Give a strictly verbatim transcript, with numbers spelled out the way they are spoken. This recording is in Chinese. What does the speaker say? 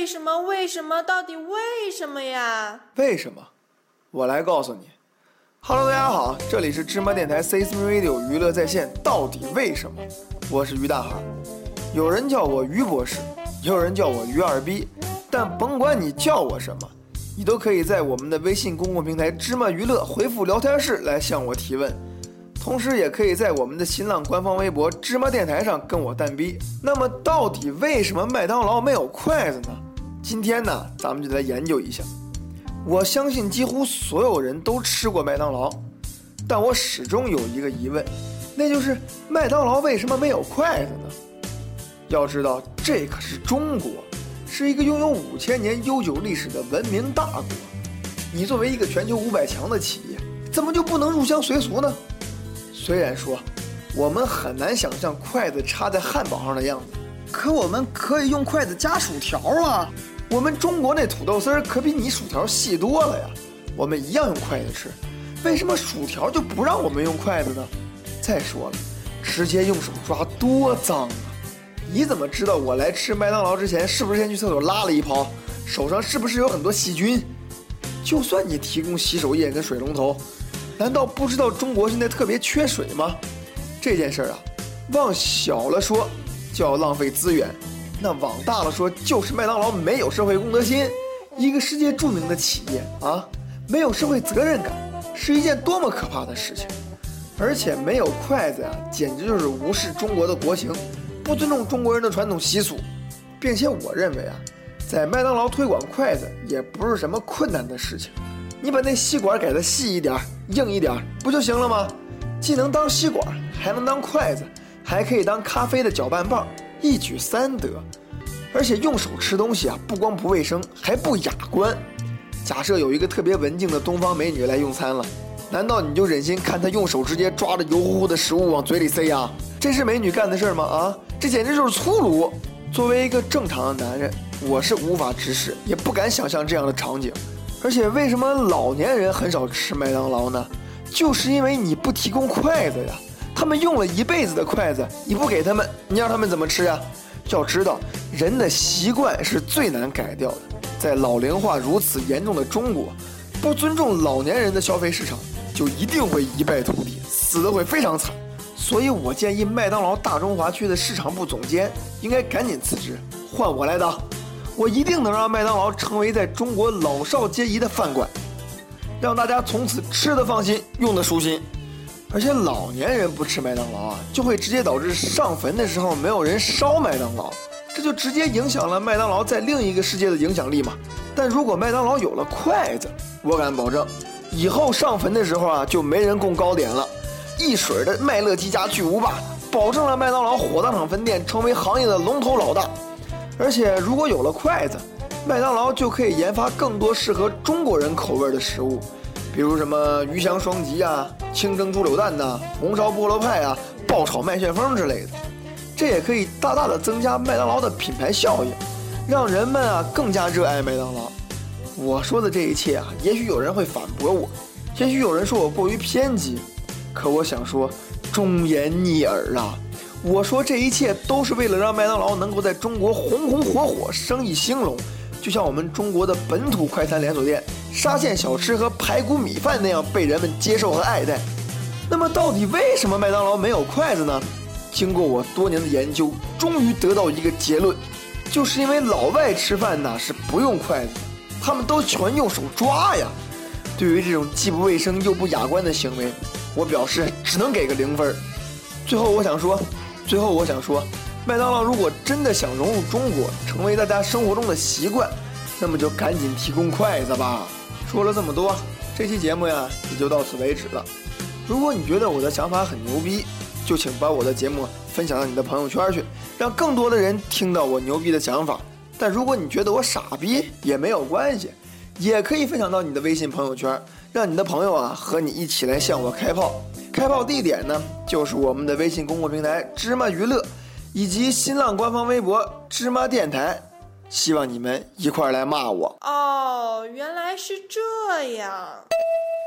什么？为什么？到底为什么呀？ 为什么？我来告诉你。Hello， 大家好，这里是芝麻电台 Sesame Radio 娱乐在线。到底为什么？我是于大海，有人叫我于博士，也有人叫我于二逼，但甭管你叫我什么，你都可以在我们的微信公共平台芝麻娱乐回复聊天室来向我提问。同时也可以在我们的新浪官方微博芝麻电台上跟我蛋逼。那么到底为什么麦当劳没有筷子呢？今天呢，咱们就来研究一下。我相信几乎所有人都吃过麦当劳，但我始终有一个疑问，那就是麦当劳为什么没有筷子呢？要知道，这可是中国，是一个拥有五千年悠久历史的文明大国。你作为一个全球五百强的企业，怎么就不能入乡随俗呢？虽然说我们很难想象筷子插在汉堡上的样子，可我们可以用筷子夹薯条啊！我们中国那土豆丝儿可比你薯条细多了呀，我们一样用筷子吃，为什么薯条就不让我们用筷子呢？再说了，直接用手抓多脏啊！你怎么知道我来吃麦当劳之前是不是先去厕所拉了一泡，手上是不是有很多细菌？就算你提供洗手液跟水龙头，难道不知道中国现在特别缺水吗？这件事啊，往小了说就要浪费资源，那往大了说就是麦当劳没有社会公德心。一个世界著名的企业啊，没有社会责任感，是一件多么可怕的事情。而且没有筷子啊，简直就是无视中国的国情，不尊重中国人的传统习俗。并且我认为啊，在麦当劳推广筷子也不是什么困难的事情。你把那吸管改得细一点硬一点不就行了吗？既能当吸管，还能当筷子，还可以当咖啡的搅拌棒，一举三得。而且用手吃东西啊，不光不卫生，还不雅观。假设有一个特别文静的东方美女来用餐了，难道你就忍心看她用手直接抓着油乎乎的食物往嘴里塞呀？这是美女干的事吗？啊，这简直就是粗鲁！作为一个正常的男人，我是无法直视，也不敢想象这样的场景。而且为什么老年人很少吃麦当劳呢？就是因为你不提供筷子呀，他们用了一辈子的筷子，你不给他们，你让他们怎么吃呀？要知道，人的习惯是最难改掉的。在老龄化如此严重的中国，不尊重老年人的消费市场，就一定会一败涂地，死得会非常惨。所以我建议麦当劳大中华区的市场部总监应该赶紧辞职，换我来当。我一定能让麦当劳成为在中国老少皆宜的饭馆，让大家从此吃得放心，用得舒心。而且老年人不吃麦当劳啊，就会直接导致上坟的时候没有人烧麦当劳，这就直接影响了麦当劳在另一个世界的影响力嘛。但如果麦当劳有了筷子，我敢保证，以后上坟的时候啊，就没人供糕点了，一水的麦乐鸡加巨无霸，保证了麦当劳火葬场分店成为行业的龙头老大。而且如果有了筷子，麦当劳就可以研发更多适合中国人口味的食物，比如什么鱼香双极啊、清蒸猪柳蛋呐、啊、红烧菠萝派啊、爆炒麦旋风之类的。这也可以大大的增加麦当劳的品牌效应，让人们啊更加热爱麦当劳。我说的这一切啊，也许有人会反驳我，也许有人说我过于偏激，可我想说，忠言逆耳啊。我说这一切都是为了让麦当劳能够在中国红红火火，生意兴隆，就像我们中国的本土快餐连锁店沙县小吃和排骨米饭那样被人们接受和爱戴。那么到底为什么麦当劳没有筷子呢？经过我多年的研究，终于得到一个结论，就是因为老外吃饭呢是不用筷子的，他们都喜欢用手抓呀。对于这种既不卫生又不雅观的行为，我表示只能给个零分。最后我想说最后我想说，麦当劳如果真的想融入中国，成为大家生活中的习惯，那么就赶紧提供筷子吧。说了这么多，这期节目呀也就到此为止了。如果你觉得我的想法很牛逼，就请把我的节目分享到你的朋友圈去，让更多的人听到我牛逼的想法。但如果你觉得我傻逼也没有关系，也可以分享到你的微信朋友圈，让你的朋友啊和你一起来向我开炮。开炮地点呢，就是我们的微信公共平台芝麻娱乐，以及新浪官方微博芝麻电台。希望你们一块来骂我。 哦，原来是这样。